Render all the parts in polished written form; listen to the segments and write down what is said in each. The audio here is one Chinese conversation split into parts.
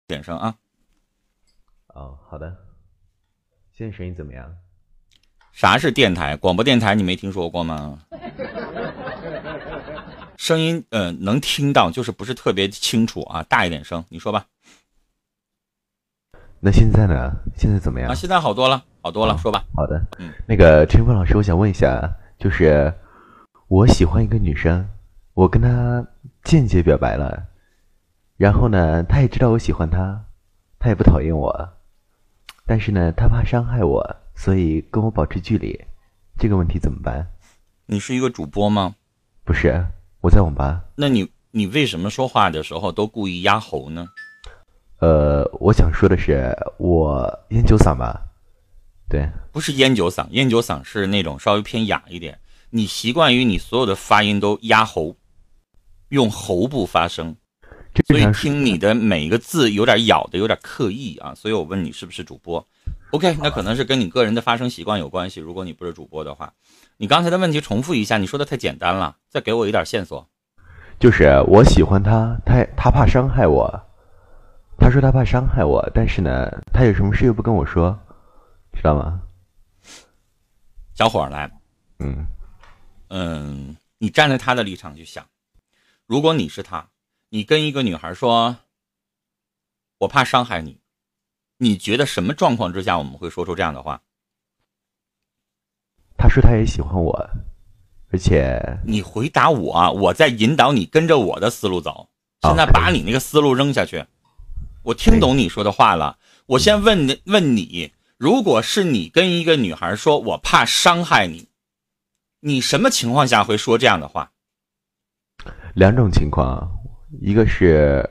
点声啊。 哦，好的。现在声音怎么样？ 啥是电台？广播电台你没听说过吗？声音能听到，就是不是特别清楚啊，大一点声，你说吧。 那现在呢？现在怎么样？ 啊，现在好多了，好多了，说吧。 好的，那个陈峰老师，我想问一下，就是我喜欢一个女生，我跟她间接表白了，然后呢，她也知道我喜欢她，她也不讨厌我，但是呢，她怕伤害我，所以跟我保持距离。这个问题怎么办？ 你是一个主播吗？ 不是，我在网吧。 那你为什么说话的时候都故意压喉呢？ 我想说的是，我烟酒嗓吧。对， 不是烟酒嗓，烟酒嗓是那种稍微偏哑一点。你习惯于你所有的发音都压喉，用喉部发声，所以听你的每一个字有点咬的有点刻意啊。所以我问你是不是主播 ？OK， 那可能是跟你个人的发声习惯有关系。如果你不是主播的话，你刚才的问题重复一下，你说的太简单了，再给我一点线索。 就是我喜欢他，他怕伤害我。他说他怕伤害我，但是呢，他有什么事又不跟我说，知道吗？ 小伙儿来，你站在他的立场去想，如果你是他，你跟一个女孩说，我怕伤害你，你觉得什么状况之下我们会说出这样的话？ 他说他也喜欢我，而且你回答我啊，我在引导你跟着我的思路走。现在把你那个思路扔下去。我听懂你说的话了。我先问你，如果是你跟一个女孩说我怕伤害你，你什么情况下会说这样的话？ 两种情况，一个是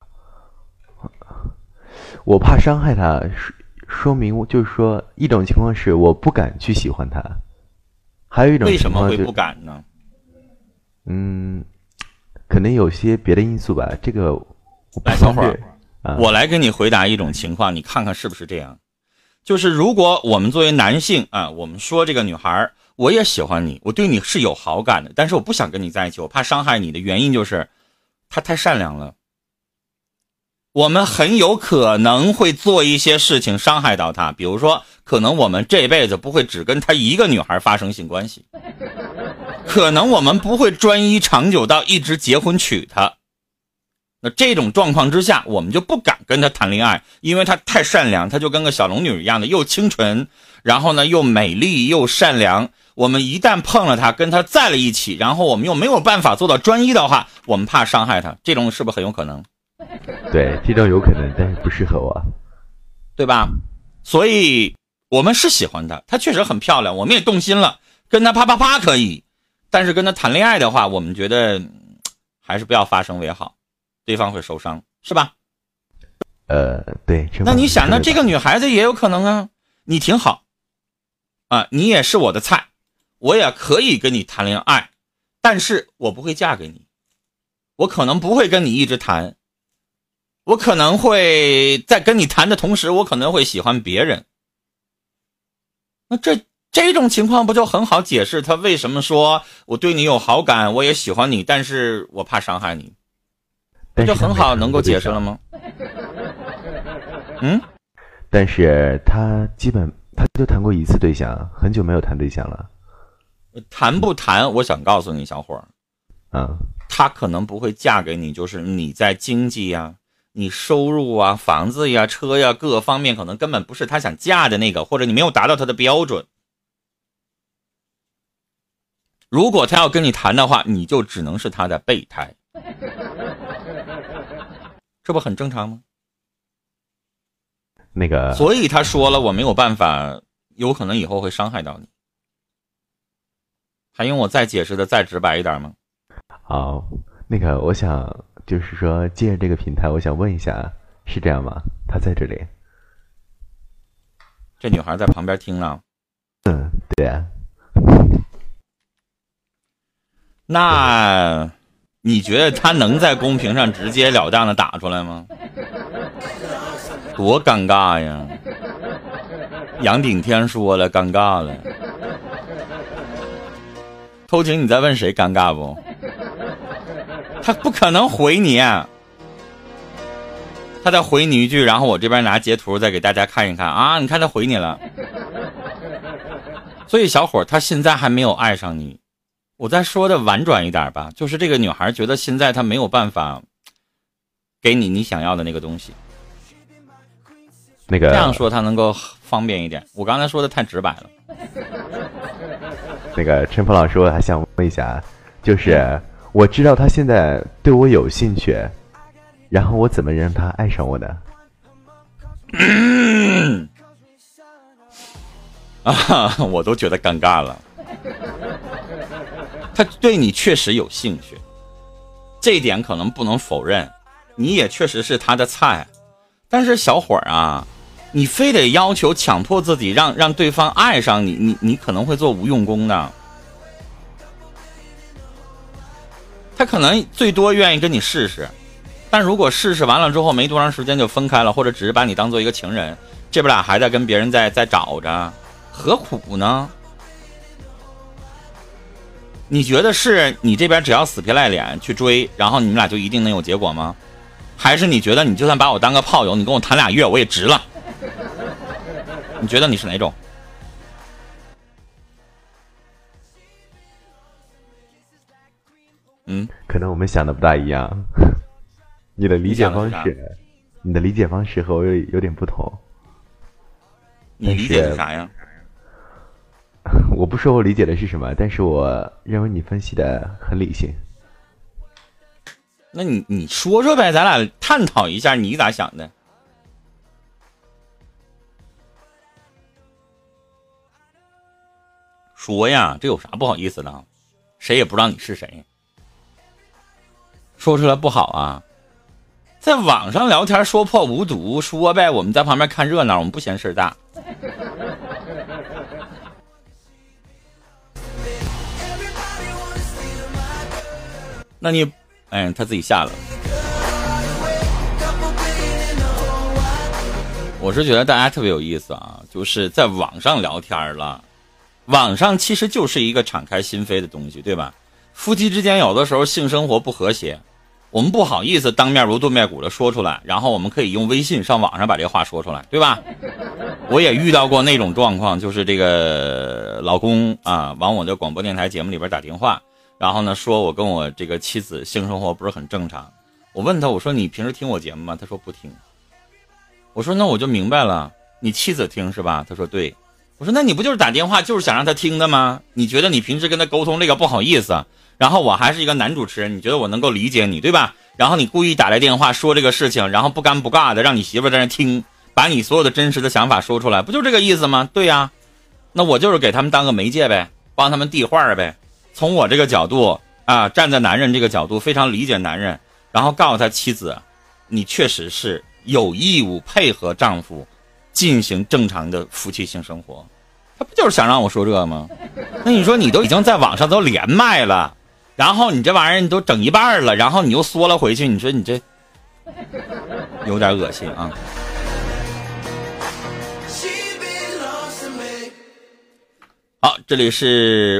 我怕伤害她，说明就是说一种情况是我不敢去喜欢她，还有一种情况为什么会不敢呢？ 可能有些别的因素吧。这个来，小伙儿，我来跟你回答一种情况，你看看是不是这样。就是如果我们作为男性啊，我们说这个女孩，我也喜欢你，我对你是有好感的，但是我不想跟你在一起，我怕伤害你的原因就是她太善良了。我们很有可能会做一些事情伤害到她，比如说可能我们这辈子不会只跟她一个女孩发生性关系，可能我们不会专一长久到一直结婚娶她。那这种状况之下，我们就不敢跟她谈恋爱，因为她太善良，她就跟个小龙女一样的，又清纯，然后呢又美丽又善良。我们一旦碰了她，跟她在了一起，然后我们又没有办法做到专一的话，我们怕伤害她，这种是不是很有可能？ 对，这种有可能，但是不适合我， 对吧？所以我们是喜欢她，她确实很漂亮，我们也动心了，跟她啪啪啪可以，但是跟她谈恋爱的话，我们觉得还是不要发生为好，对方会受伤，是吧？ 对。 那你想，那这个女孩子也有可能啊，你挺好啊，你也是我的菜，我也可以跟你谈恋爱，但是我不会嫁给你，我可能不会跟你一直谈，我可能会在跟你谈的同时，我可能会喜欢别人。那这种情况不就很好解释他为什么说我对你有好感，我也喜欢你，但是我怕伤害你，这就很好能够解释了吗？ 但是他就谈过一次对象，很久没有谈对象了。 谈不谈，我想告诉你小伙儿，她可能不会嫁给你，就是你在经济呀、你收入啊、房子呀、车呀各个方面，可能根本不是她想嫁的那个，或者你没有达到她的标准。如果她要跟你谈的话，你就只能是她的备胎，这不很正常吗？所以他说了，我没有办法，有可能以后会伤害到你。还用我再解释的再直白一点吗？ 好，我想就是说借着这个平台，我想问一下，是这样吗？他在这里， 这女孩在旁边听了。 对啊。 那你觉得他能在公屏上直截了当的打出来吗？多尴尬呀！杨顶天说了，尴尬了。偷情，你在问谁尴尬不？他不可能回你，他他再回你一句，然后我这边拿截图再给大家看一看啊，你看他回你了。所以小伙他现在还没有爱上你，我再说的婉转一点吧，就是这个女孩觉得现在她没有办法给你想要的那个东西。 那个这样说她能够方便一点，我刚才说的太直白了。 那个陈峰老师，我还想问一下，就是我知道他现在对我有兴趣，然后我怎么让他爱上我呢？ 我都觉得尴尬了。他对你确实有兴趣，这一点可能不能否认，你也确实是他的菜。但是小伙啊，你非得要求强迫自己让对方爱上你，你可能会做无用功的。他可能最多愿意跟你试试，但如果试试完了之后没多长时间就分开了，或者只是把你当做一个情人，这不俩还在跟别人在找着，何苦呢？你觉得是你这边只要死皮赖脸去追，然后你们俩就一定能有结果吗？还是你觉得你就算把我当个炮友，你跟我谈2月我也值了？你觉得你是哪种？ 可能我们想的不大一样。你的理解方式和我有点不同。 你理解是啥呀？ 我不说我理解的是什么，但是我认为你分析的很理性。 那你说说呗，咱俩探讨一下你咋想的。说呀，这有啥不好意思的？谁也不知道你是谁，说出来不好啊。在网上聊天说破无毒，说呗，我们在旁边看热闹，我们不嫌事儿大。那你他自己下了。我是觉得大家特别有意思啊，就是在网上聊天了，网上其实就是一个敞开心扉的东西，对吧？夫妻之间有的时候性生活不和谐，我们不好意思当面如对面鼓的说出来，然后我们可以用微信上网上把这话说出来，对吧？我也遇到过那种状况，就是这个老公啊往我的广播电台节目里边打电话，然后呢说我跟我这个妻子性生活不是很正常。我问他，我说你平时听我节目吗？他说不听。我说那我就明白了，你妻子听是吧？他说对。我说那你不就是打电话就是想让他听的吗？你觉得你平时跟他沟通这个不好意思，然后我还是一个男主持人，你觉得我能够理解你对吧？然后你故意打来电话说这个事情，然后不尴不尬的让你媳妇在那听，把你所有的真实的想法说出来，不就这个意思吗？对呀，那我就是给他们当个媒介呗，帮他们递话呗。从我这个角度啊，站在男人这个角度，非常理解男人，然后告诉他妻子，你确实是有义务配合丈夫进行正常的夫妻性生活。他不就是想让我说这吗？那你说你都已经在网上都连麦了，然后你这玩意儿你都整一半了，然后你又缩了回去，你说你这有点恶心啊。好，这里是